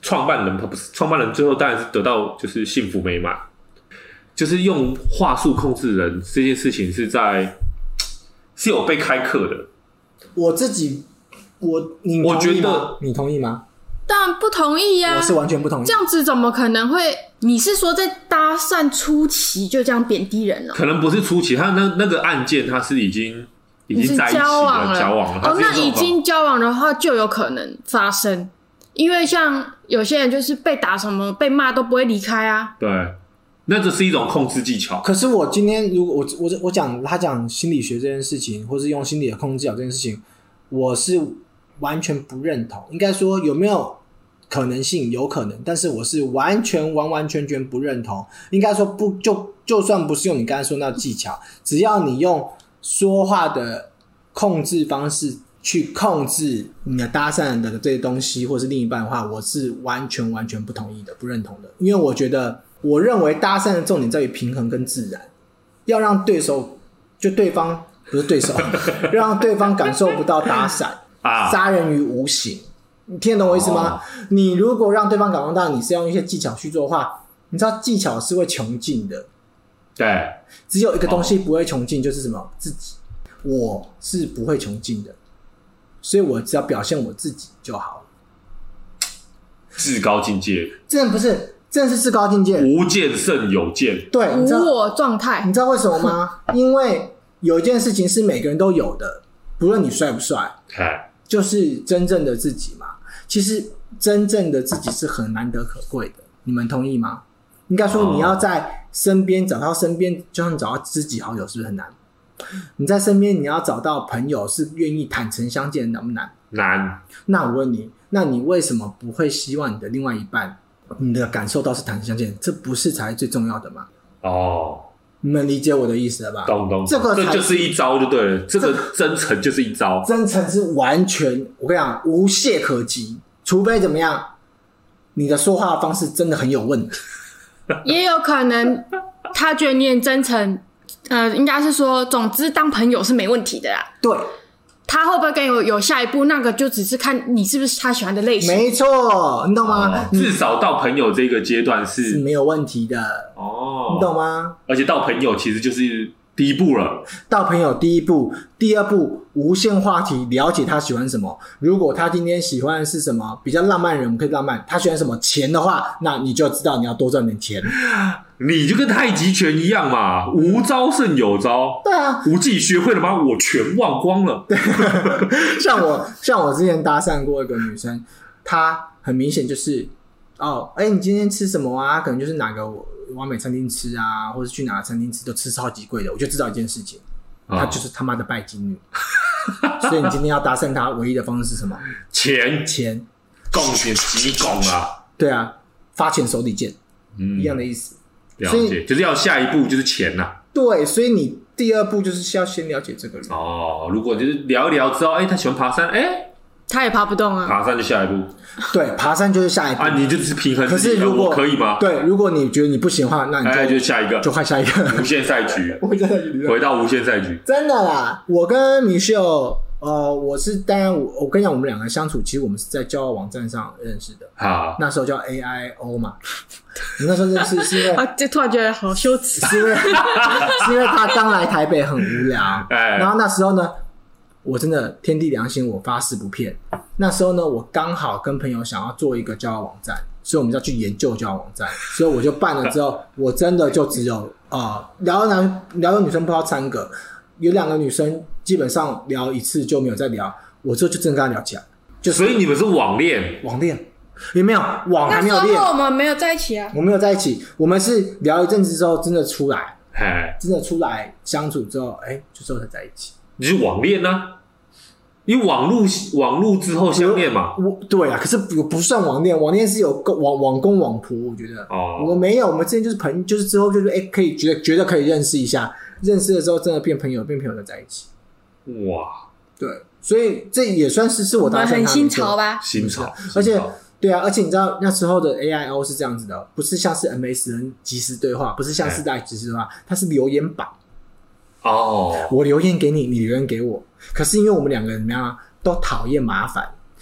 创办人他不是创办人，最后当然是得到就是幸福美满。就是用话术控制人这件事情是在是有被开课的。 我自己，我你我觉得你同意吗？ 当然不同意呀、啊， 我是完全不同意。 这样子怎么可能会？你是说在搭讪初期就这样贬低人了？ 可能不是初期，他那那个案件他是已经已经在一起了， 交往了， 交往了。 哦，那已经交往的话就有可能发生，因为像有些人就是被打什么被骂都不会离开啊。 对，那这是一种控制技巧。 可是我今天如果我我我讲他讲心理学这件事情，或是用心理的控制技巧这件事情，我是完全不认同。应该说有没有可能性？有可能，但是我是完全完完全全不认同。应该说不就就算不是用你刚才说那技巧，只要你用说话的控制方式去控制你的搭讪的这些东西，或是另一半的话，我是完全完全不同意的，不认同的。因为我觉得，我认为搭讪的重点在于平衡跟自然，要让对手就对方不是对手，让对方感受不到搭讪，杀人于无形。你听得懂我意思吗？哦、你如果让对方感受到你是用一些技巧去做的话，你知道技巧是会穷尽的。 对， 只有一个东西不会穷尽，就是什么？自己。我是不会穷尽的，所以我只要表现我自己就好了。 至高境界， 真的不是，真的是至高境界。 无剑胜有剑， 对， 无我状态。 你知道为什么吗？因为有一件事情是每个人都有的，不论你帅不帅，就是真正的自己嘛。其实真正的自己是很难得可贵的，你们同意吗？应该说你要在身边找到身边，就像找到知己好友，是不是很难？你在身边你要找到朋友是愿意坦诚相见，难不难？ 难。 那我问你，那你为什么不会希望你的另外一半，你的感受到是坦诚相见？这不是才是最重要的吗？ 哦， 你们理解我的意思了吧？ 懂懂， 这个这就是一招就对了，这个真诚就是一招， 真诚是完全，我跟你讲，无懈可击，除非怎么样，你的说话的方式真的很有问题。 也有可能他觉得你很真诚，呃，应该是说，总之当朋友是没问题的啦。 对， 他会不会跟有有下一步，那个就只是看你是不是他喜欢的类型。 没错，你懂吗？ 哦、至少到朋友这个阶段是是没有问题的哦， 你懂吗？ 而且到朋友其实就是第一步了。到朋友第一步，第二步无限话题，了解他喜欢什么。如果他今天喜欢的是什么比较浪漫人，我们可以浪漫。他喜欢什么钱的话，那你就知道你要多赚点钱。 你就跟太极拳一样嘛，无招胜有招。 对啊， 无技学会了吗？我全忘光了。 像我，像我之前搭讪过一个女生，她很明显就是哦，哎、欸，你今天吃什么啊？可能就是哪个完美餐厅吃啊，或者去哪个餐厅吃都吃超级贵的，我就知道一件事情，她就是他妈的拜金女。所以你今天要搭讪她，唯一的方式是什么？ 钱钱， 贡献几拱啊？ 对啊，发钱手里见，嗯，一样的意思。 了解，就是要下一步就是钱呐、啊。 对，所以你第二步就是要先了解这个人。 哦，如果就是聊一聊之后，哎、欸，他喜欢爬山，哎、欸， 他也爬不动啊。 爬山就下一步。 对，爬山就是下一步啊，你就是平衡自己。 可是如果可以吗？ 对，如果你觉得你不行的话，那你就、 哎、就下一个， 就换下一个无限赛局。 无限赛局， 回到无限赛局。 真的啦，我跟 Michelle。呃，我是当然我，我跟你讲，我们两个相处，其实我们是在交友网站上认识的。好，那时候叫 A I O 嘛。你那时候认识是因为啊，就突然觉得好羞耻， 是因为是因为他刚来台北很无聊，哎，然后那时候呢，我真的天地良心，我发誓不骗。那时候呢，我刚好跟朋友想要做一个交友网站，所以我们要去研究交友网站，所以我就办了之后，我真的就只有呃聊男聊的女生不到三个。有两个女生基本上聊一次就没有再聊，我之后就真的跟她聊起来。就所以你们是网恋？ 网恋有没有？网还没有恋。 那时候我们没有在一起啊。 我们没有在一起，我们是聊一阵子之后真的出来，真的出来相处之后，哎、欸，就之后才在一起。 你是网恋啊？你网路网路之后相恋嘛？ 我对啊，可是不不算网恋，网恋是有网网公网婆，我觉得。哦。我们没有，我们之前就是朋友，就是之后就是哎、欸，可以觉得觉得可以认识一下。认识了之后，真的变朋友，变朋友的在一起。哇，对，所以这也算是是我搭讪他很新潮吧？ 新潮， 而且对啊，而且你知道那时候的 A I O 是这样子的，不是像是 M S N 即时对话，不是像是在即时对话，它是留言板。哦，我留言给你，你留言给我。可是因为我们两个人怎么样啊，都讨厌麻烦，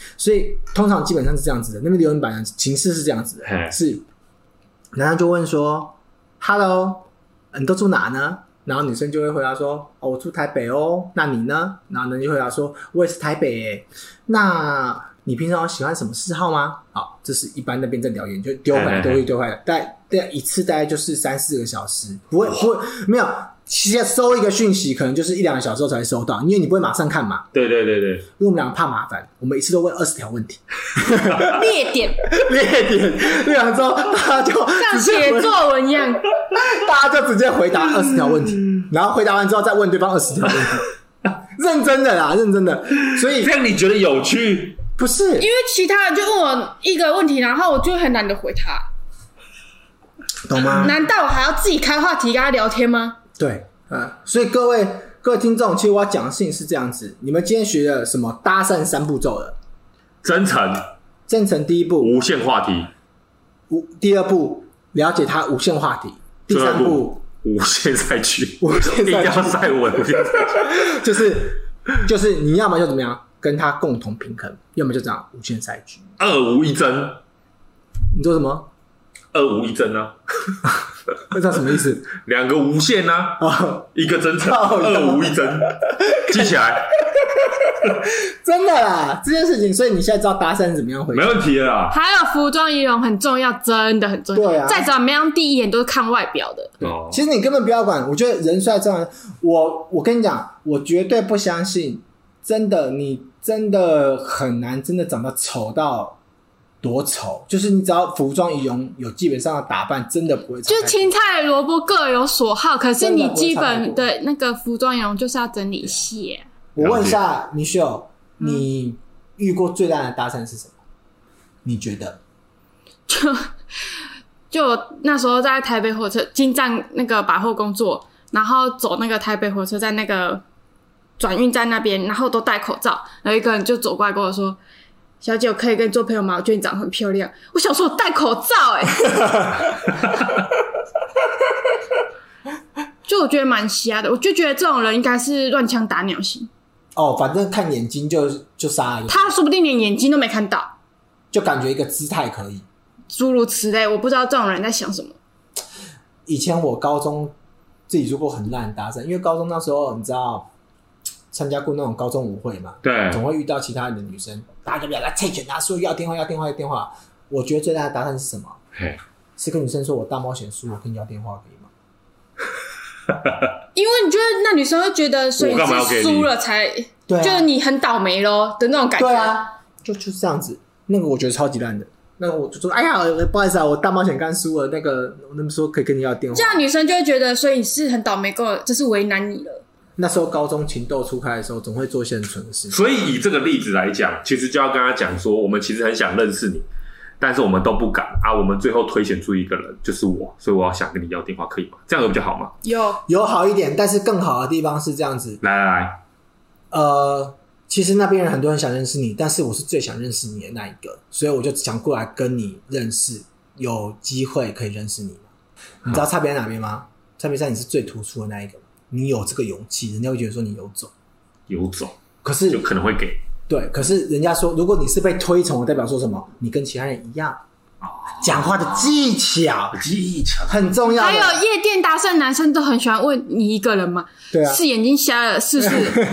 所以通常基本上是这样子的。那边留言板的形式是这样子的，是男生就问说 ：“Hello， 你都住哪呢？”然后女生就会回答说：“哦，我住台北哦。那你呢？”然后男生就回答说：“我也是台北耶。那你平常喜欢什么嗜好吗？”好，这是一般那边在聊天就丢回来，丢回来，丢回来，大概大概一次大概就是三四个小时，不会不会没有。其实收一个讯息可能就是一两个小时后才会收到，因为你不会马上看嘛。 对对对对， 因为我们两个怕麻烦，我们一次都问二十条问题， 列点列点，列完之后大家就像写作文一样， 大家就直接回答二十条问题，然后回答完之后再问对方二十条问题，认真的啦，认真的。所以这样你觉得有趣？ 不是，因为其他人就问我一个问题，然后我就很懒得回他， 懂吗？ 难道我还要自己开话题跟他聊天吗？ 对，嗯，所以各位各位听众，其实我要讲的事情是这样子：你们今天学了什么搭讪三步骤了？ 真诚， 真诚第一步， 无限话题； 无第二步，了解他无限话题；第三步， 无限赛区， 无限赛区， 一定要赛文，无限赛区， 就是就是你要么就怎么样跟他共同平衡，要么就这样无限赛局， 二无一真。 你说什么？ 二无一真啊？ 那这什么意思？ 两个无限啊，哦、一个真诚，二无一真，记起来。 真的啦，这件事情，所以你现在知道搭讪是怎么样回事？ 没问题的啦。 还有服装仪容很重要，真的很重要。 对啊， 再怎么样，第一眼都是看外表的。 哦，其实你根本不要管，我觉得人帅这样，我我跟你讲，我绝对不相信，真的，你真的很难，真的长得丑到。多丑，就是你只要服装仪容有基本上的打扮，真的不会差。 就青菜萝卜各有所好，可是你基本的那个服装仪容就是要整理细。 我问一下 Michelle， 你遇过最烂的搭讪是什么？你觉得？ 就就那时候在台北火车金站那个百货工作，然后走那个台北火车站那个转运站那边，然后都戴口罩，然后一个人就走过来跟我说。小姐，我可以跟你做朋友吗？我觉得你长得很漂亮。我想说，我戴口罩哎、欸，就我觉得蛮瞎的。我就觉得这种人应该是乱枪打鸟型。 哦，反正看眼睛就就杀了。 他说不定连眼睛都没看到， 就感觉一个姿态可以。 诸如此类，我不知道这种人在想什么。 以前我高中自己做过很烂的搭讪，因为高中那时候你知道。参加过那种高中舞会嘛？ 对， 总会遇到其他的女生，大家就比较来猜拳，大家说要电话，要电话，要电话。我觉得最大的搭讪是什么？是跟女生说我大冒险输，我跟你要电话可以吗？ 因为你觉得那女生会觉得，所以是输了才， 对、啊， 就是你很倒霉咯的那种感觉。 对啊，就就是这样子。那个我觉得超级烂的。那个我就说，哎呀，不好意思啊，我大冒险刚输了。那个我那么说可以跟你要电话， 这样女生就会觉得，所以你是很倒霉，跟我这是为难你了。 那时候高中情窦初开的时候，总会做一些很蠢的事情。 所以以这个例子来讲，其实就要跟他讲说，我们其实很想认识你，但是我们都不敢啊。我们最后推选出一个人，就是我，所以我要想跟你要电话，可以吗？这样有比较好吗？ 有有好一点，但是更好的地方是这样子。 来来来， 呃，其实那边人很多人想认识你，但是我是最想认识你的那一个，所以我就想过来跟你认识，有机会可以认识你吗？你知道差别在哪边吗？差别在你是最突出的那一个。你有这个勇气，人家会觉得说你有种， 有种， 可是有可能会给。 对，可是人家说，如果你是被推崇的，代表说什么？你跟其他人一样，讲话的技巧， 技巧很重要的。 还有夜店搭讪，男生都很喜欢问你一个人吗？ 对啊， 是眼睛瞎了，是不是？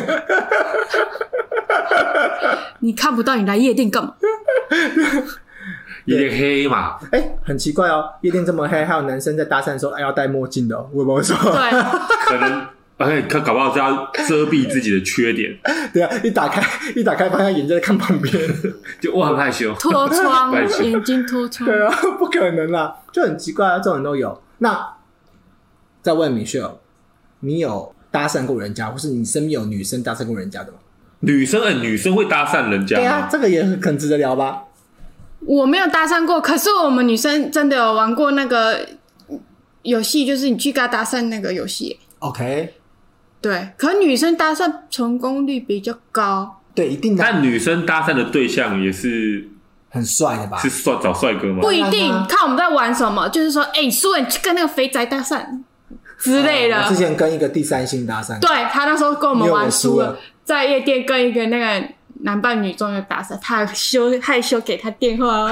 你看不到，你来夜店干嘛？ 夜店黑嘛？ 哎、欸，很奇怪哦，夜店这么黑，还有男生在搭讪的时候，哎，要戴墨镜的、哦，我有没有说？ 对， 可能，哎，他搞不好是要遮蔽自己的缺点。 对啊，一打开，一打开，发现眼睛在看旁边， 就我很害羞， 脱窗，眼睛脱窗。 对啊，不可能啦，就很奇怪啊，这种人都有。那再问 Michelle， 你有搭讪过人家，或是你身边有女生搭讪过人家的吗？ 女生，哎、欸，女生会搭讪人家吗？ 对啊，这个也很值得聊吧。 我没有搭讪过，可是我们女生真的有玩过那个游戏，就是你去跟他搭讪那个游戏。 OK， 对，可女生搭讪成功率比较高。 对，一定的。 但女生搭讪的对象也是很帅的吧？ 是帅找帅哥吗？ 不一定，看我们在玩什么。就是说，哎、欸，你输了，你去跟那个肥宅搭讪之类的、 哦。我之前跟一个第三性搭讪， 对他那时候跟我们玩输了，在夜店跟一个那个男扮女装的搭讪，他害羞害羞给他电话哦。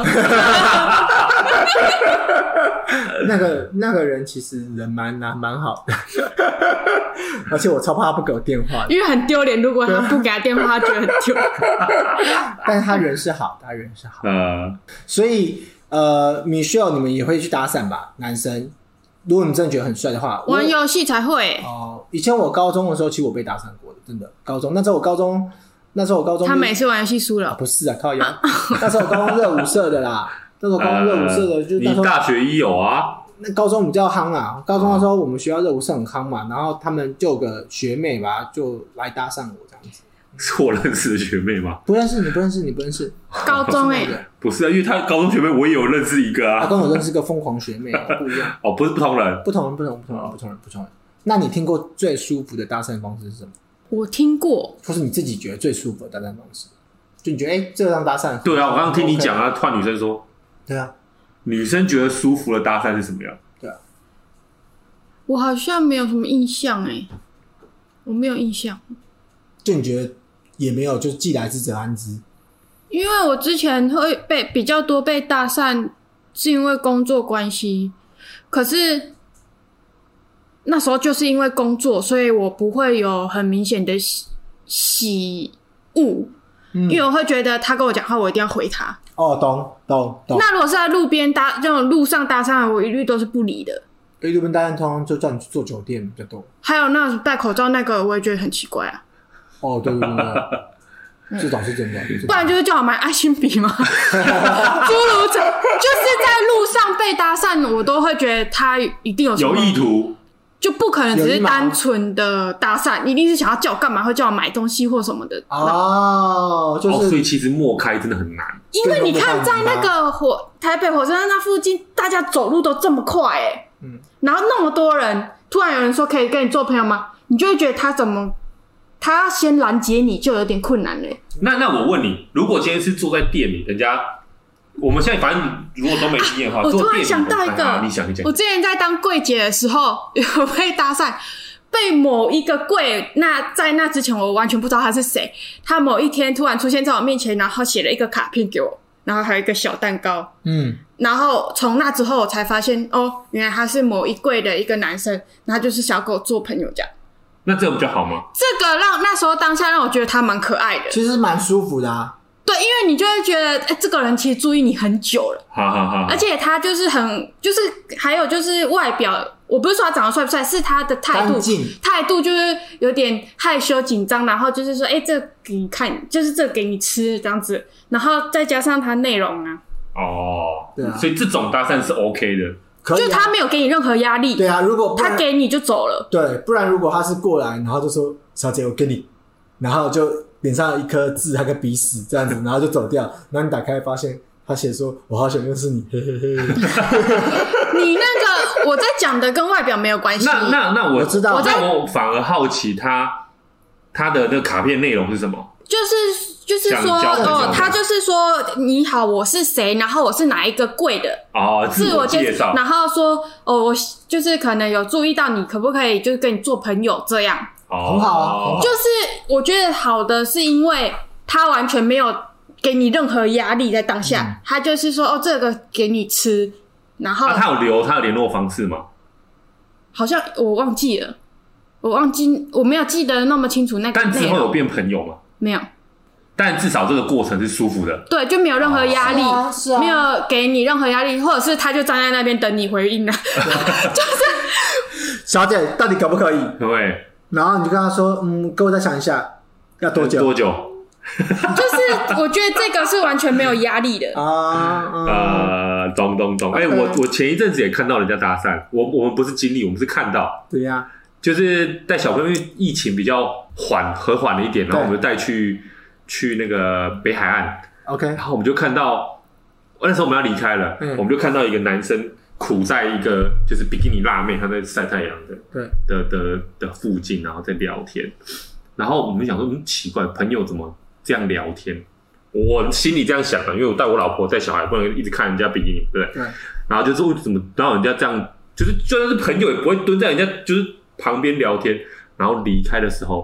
那个那个人其实人蛮蛮好的，而且我超怕他不给我电话， 因为很丢脸。如果他不给他电话，他觉得很丢脸。 但是他人是好，他人是好。 呃， 所以呃 ，Michelle 你们也会去搭讪吧？男生，如果你真的觉得很帅的话， 玩游戏才会、欸。 哦、呃，以前我高中的时候，其实我被搭讪过的，真的。高中那时候我高中，那时候我高中， 他每次玩游戏输了、 啊，不是啊，靠腰。那时候我高中热舞社的啦。那时候高中热舞社的，就那时候你大学也有啊。 那高中比较夯啊，高中的时候我们学校热舞社很夯嘛，然后他们就有个学妹吧，就来搭讪我这样子。 是我认识的学妹吗？ 不认识，你不认识，你不认识。 高中哎、 欸， 不是啊，因为他高中学妹我也有认识一个啊。 高中有认识个疯狂学妹，不一样。 哦，不是不同人， 不同人，不同人，不同人，不同人，不同人。那你听过最舒服的搭讪方式是什么？ 我听过， 或是你自己觉得最舒服的搭讪方式？就你觉得，哎、欸，这样搭讪？ 对啊，我刚刚听你讲啊，换女生说， 对啊。 女生觉得舒服的搭讪是什么样？ 对啊， 我好像没有什么印象哎、欸，我没有印象。 就你觉得也没有，就既来之则安之。 因为我之前会被比较多被搭讪，是因为工作关系。可是那时候就是因为工作，所以我不会有很明显的喜喜恶、嗯，因为我会觉得他跟我讲话，我一定要回他。 哦，懂懂懂。 那如果是在路边搭这种路上搭讪，我一律都是不理的。 对，路边搭讪通常就叫你去做酒店比较多。 还有那种戴口罩那个，我也觉得很奇怪啊。 哦，对对对对，这倒是真的。 不然就是叫我买爱心笔嘛，诸如此，就是在路上被搭讪，我都会觉得他一定有什么有意图。 就不可能只是单纯的搭讪，一定是想要叫我干嘛，会叫我买东西或什么的。 哦，就是、 哦，所以其实默开真的很难。 因为你看，在那个火台北火车站那附近，大家走路都这么快哎、欸，嗯，然后那么多人，突然有人说可以跟你做朋友吗？你就会觉得他怎么，他要先拦截你就有点困难嘞、欸。 那那我问你，如果今天是坐在店里，人家。我们现在反正如果都没经验的话， 啊、我突然想到一个， 啊、你想你讲， 我之前在当柜姐的时候有被搭讪，被某一个柜，那在那之前我完全不知道他是谁，他某一天突然出现在我面前，然后写了一个卡片给我，然后还有一个小蛋糕，嗯，然后从那之后我才发现，哦，原来他是某一柜的一个男生，他就是想要跟我做朋友这样。 那这个比较好吗？ 这个让那时候当下让我觉得他蛮可爱的， 其實蠻舒服的啊。 对，因为你就会觉得，哎、欸，这个人其实注意你很久了， 好好好， 而且他就是很，就是还有就是外表，我不是说他长得帅不帅，是他的态度，态度就是有点害羞紧张，然后就是说，哎、欸，这给你看，就是这给你吃这样子，然后再加上他内容啊， 哦， 对啊， 所以这种搭讪是 OK 的。 可以啊， 就是他没有给你任何压力。 对啊，如果他给你就走了。 对，不然如果他是过来，然后就说小姐我给你，然后就脸上有一颗痣还有个鼻屎这样子，然后就走掉，然后你打开发现他写说我好想认识你，嘿嘿嘿。 你那个我在讲的跟外表没有关系。 那那那 我, 我知道， 我但我反而好奇他他的那个卡片内容是什么？ 就是就是说哦，他就是说你好，我是谁，然后我是哪一个柜的哦，自我介绍， 然后说哦，我就是可能有注意到你，可不可以就是跟你做朋友这样？ 哦， 很好啊。 就是我觉得好的是因为他完全没有给你任何压力在当下，嗯、他就是说哦，这个给你吃，然后、 啊、他有留他的联络方式吗？ 好像我忘记了，我忘记我没有记得那么清楚那个。 但之后有变朋友吗？ 没有。 但至少这个过程是舒服的， 对，就没有任何压力， 哦是啊是啊、 没有给你任何压力，或者是他就站在那边等你回应了，就是小姐到底可不可以？ 对， 然后你就跟他说，嗯，给我再想一下，要多久？ 多久？ 就是我觉得这个是完全没有压力的啊、嗯， 呃，懂懂懂。哎、欸，我我前一阵子也看到人家搭讪，我我们不是经历，我们是看到， 对呀、啊， 就是带小朋友，因为疫情比较缓和缓了一点，然后我们就带去。去那个北海岸 ，OK， 然后我们就看到，那时候我们要离开了、嗯，我们就看到一个男生苦在一个就是比基尼辣妹，他在晒太阳的， 对的的的附近，然后在聊天，然后我们想说，嗯，奇怪，朋友怎么这样聊天？我心里这样想的，因为我带我老婆带小孩，不能一直看人家比基尼，对不对？对。然后就说怎么，然后人家这样，就是就算是朋友也不会蹲在人家就是旁边聊天，然后离开的时候。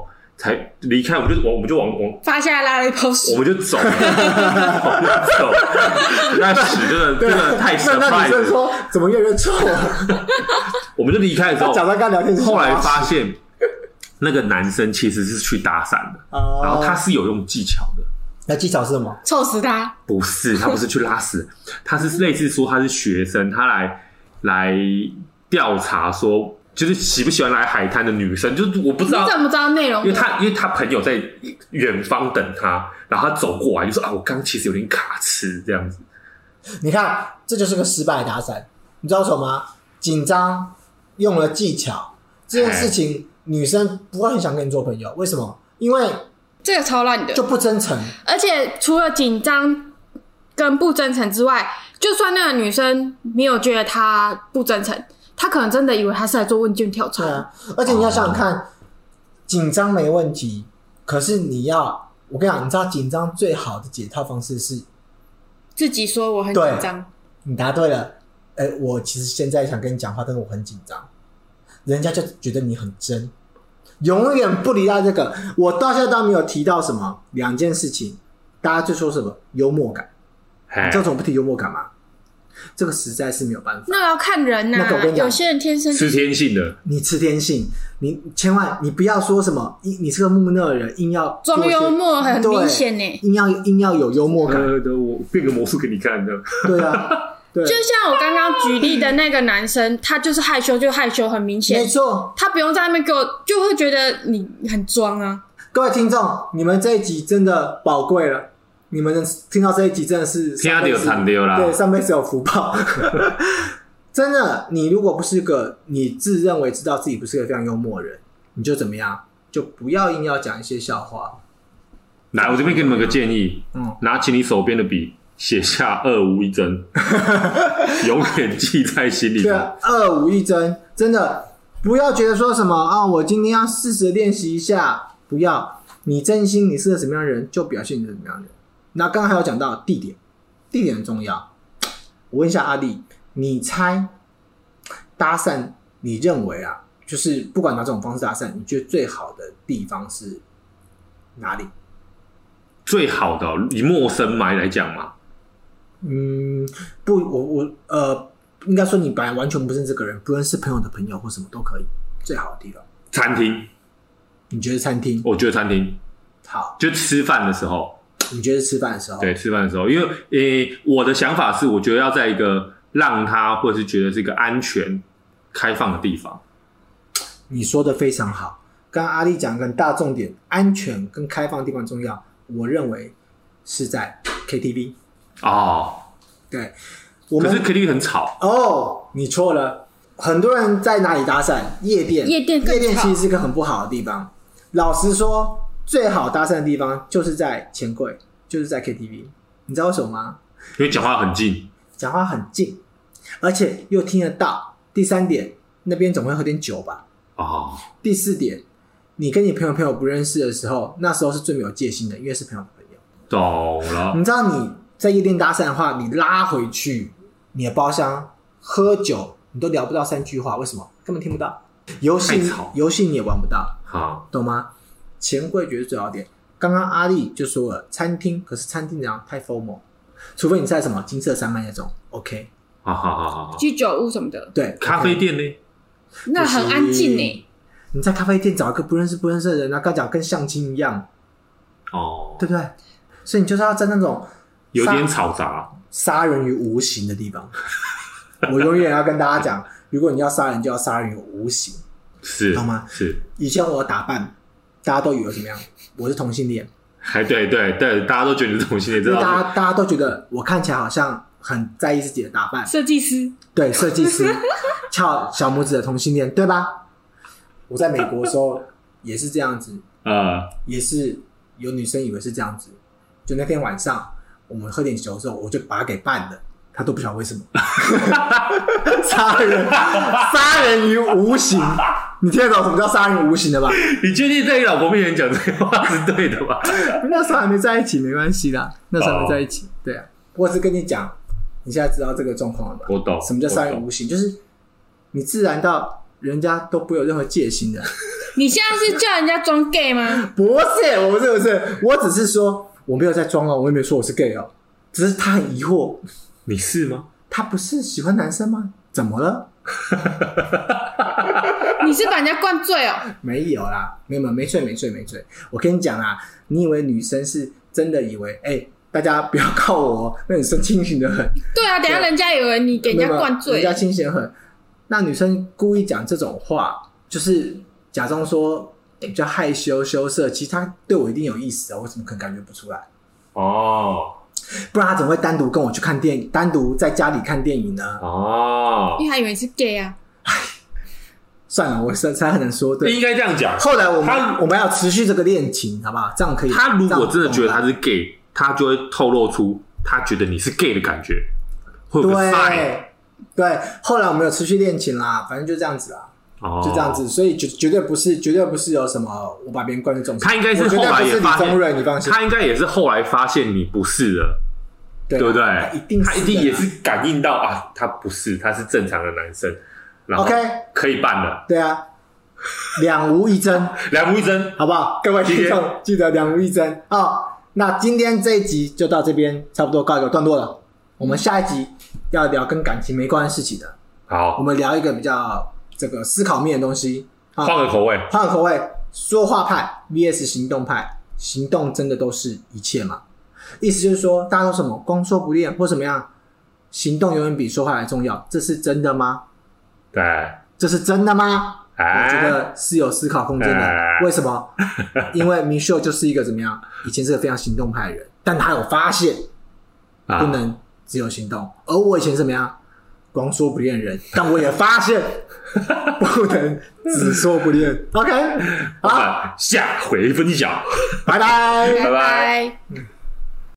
才离开，我们就我们就往往发下来拉了一泡屎， 我们就走，我们就走。那屎真的真的太 surprise 了。 那女生说怎么越来越臭啊？ 我们就离开的时候， 假装跟他聊天， 后来发现那个男生其实是去搭讪的，哦、然后他是有用技巧的。 那技巧是什么？ 臭死他？ 不是，他不是去拉屎，他是类似说他是学生，他来来调查说。就是喜不喜欢来海滩的女生，就是我不知道， 你怎么知道内容？ 因为他因为他朋友在远方等他，然后他走过来就说啊，我刚其实有点卡吃这样子。 你看，这就是个失败搭讪，你知道什么吗？紧张，用了技巧，这件事情女生不会很想跟你做朋友，为什么？因为这个超烂的， 就不真诚。 而且除了紧张跟不真诚之外，就算那个女生没有觉得他不真诚。他可能真的以为他是来做问卷调查， 对啊，而且你要想想看，紧张没问题，可是你要，我跟你讲，你知道紧张最好的解套方式是自己说我很紧张。 你答对了，哎、欸，我其实现在想跟你讲话，但是我很紧张，人家就觉得你很真，永远不离开这个。我到现在都没有提到什么两件事情，大家就说什么幽默感，你知道怎么不提幽默感吗？这个实在是没有办法。 那要看人呐、啊，那有些人天生吃天性的， 你吃天性，你千万你不要说什么，你是个木讷的人，硬要装幽默，很明显呢， 硬要硬要有幽默感。 呃，我变个魔术给你看的。 对啊，对， 就像我刚刚举例的那个男生，他就是害羞，就害羞，很明显， 没错， 他不用在那边给我，就会觉得你很装啊。 各位听众，你们这一集真的宝贵了。你们能听到这一集真的是听到惨掉啦， 对，上辈子有福报。真的，你如果不是个你自认为知道自己不是个非常幽默的人，你就怎么样？就不要硬要讲一些笑话。 来，我这边给你们个建议，嗯，拿起你手边的笔，写下二五一针，永远记在心里。 对啊，二五一针，真的不要觉得说什么啊，我今天要试着练习一下，不要。你真心你是个什么样的人，就表现你是什么样的人。那刚刚还有讲到地点，地点很重要。我问一下阿力，你猜搭讪，你认为啊，就是不管哪种方式搭讪，你觉得最好的地方是哪里？ 最好的、哦、以陌生来来讲嘛？ 嗯，不，我我呃，应该说你本来完全不认识这个人，不论是朋友的朋友或什么都可以。最好的地方， 餐厅。 你觉得餐厅？ 我觉得餐厅。 好， 就吃饭的时候。 你觉得吃饭的时候？ 对，吃饭的时候，因为诶、欸，我的想法是，我觉得要在一个让他或者是觉得是一个安全、开放的地方。 你说的非常好，刚刚阿力讲一个很大重点，安全跟开放的地方重要。我认为是在 K T V。 哦， 对，我们可是 K T V 很吵。 哦，你错了。很多人在哪里搭讪？夜店。 夜店更吵。 夜店其实是一个很不好的地方。老实说。最好搭讪的地方就是在钱柜，就是在 K T V。你知道为什么吗？ 因为讲话很近， 讲话很近，而且又听得到。第三点，那边总会喝点酒吧。 哦。 第四点，你跟你朋友朋友不认识的时候，那时候是最没有戒心的，因为是朋友的朋友。 懂了。 你知道你在夜店搭讪的话，你拉回去你的包厢喝酒，你都聊不到三句话，为什么？根本听不到。游戏游戏你也玩不到， 好， 懂吗？钱柜绝对最好点。刚刚阿力就说了，餐厅，可是餐厅怎样太 formal， 除非你在什么金色山脉那种 ，OK。 好好好好好。 居酒屋什么的。 对， 咖啡店呢？ 那很安静呢。 你在咖啡店找一个不认识不认识的人，那刚讲跟相亲一样， 哦， 对不对？所以你就是要在那种有点嘈杂、 杀人于无形的地方。我永远要跟大家讲，如果你要杀人，就要杀人于无形， 是， 懂吗？ 是。以前我打扮。大家都以为怎么样？我是同性恋， 还对对对，大家都觉得你是同性恋， 因为大家大家都觉得我看起来好像很在意自己的打扮。 设计师， 对，设计师，翘小拇指的同性恋，对吧？我在美国的时候也是这样子， 呃， 也是有女生以为是这样子。就那天晚上我们喝点酒的时候，我就把他给办了，他都不晓得为什么。杀人，杀人于无形。你听得懂什么叫杀人无形的吧？ 你确定在你老婆面前讲这个话是对的吧？ 那时候还没在一起，没关系啦。那时候还没在一起， oh. 对啊。我只跟你讲，你现在知道这个状况了吧？ 我懂。 什么叫杀人无形？就是你自然到人家都不会有任何戒心的， 你现在是叫人家装 gay 吗？ 不是，我不是，不是，我只是说我没有在装哦，我也没有说我是 gay 哦，只是他很疑惑。 你是吗？ 他不是喜欢男生吗？怎么了？ 你是把人家灌醉哦？ 没有啦，没有没有没醉没醉没醉。我跟你讲啦，你以为女生是真的以为，哎、欸，大家不要告我，那女生清醒的很。 对啊，等一下人家以为你给人家灌醉， 人家清醒得很。那女生故意讲这种话，就是假装说、欸、比较害羞羞涩，其实她对我一定有意思啊，我怎么可能感觉不出来？ 哦。 不然他怎么会单独跟我去看电影，单独在家里看电影呢？ 哦， 因为他以为你是 gay 啊。 算了，我才很能说对。 应该这样讲。 后来我们我们要持续这个恋情，好不好？这样可以。 他如果真的觉得他是 gay， 他就会透露出他觉得你是 gay 的感觉，会有个 sign。 对，后来我们有持续恋情啦，反正就这样子啦。哦、就这样子，所以绝绝对不是，绝对不是有什么我把别人灌醉这种事。 他应该是后来也发现， 瑞，你放心， 他应该也是后来发现你不是了，对, 对不对？ 他一定是， 他一定也是感应到啊，他不是，他是正常的男生，然后 OK 可以办了。 对啊，两无一真， 两无一真， 好不好？各位听众记得两无一真啊、哦！那今天这一集就到这边，差不多告一个段落了。我们下一集要聊跟感情没关的事情的。 好， 我们聊一个比较。这个思考面的东西， 换个口味， 换个口味，说话派 V S 行动派，行动真的都是一切吗？意思就是说，大家说什么光说不练或什么样，行动永远比说话来重要，这是真的吗？ 对， 这是真的吗？ 哎、 我觉得是有思考空间的。 哎、 为什么？因为 Michelle 就是一个怎么样？以前是个非常行动派的人，但他有发现不能只有行动，啊、而我以前是怎么样？光说不练人，但我也发现不能只说不练。OK， 好， 下回分享， 拜拜， 拜拜。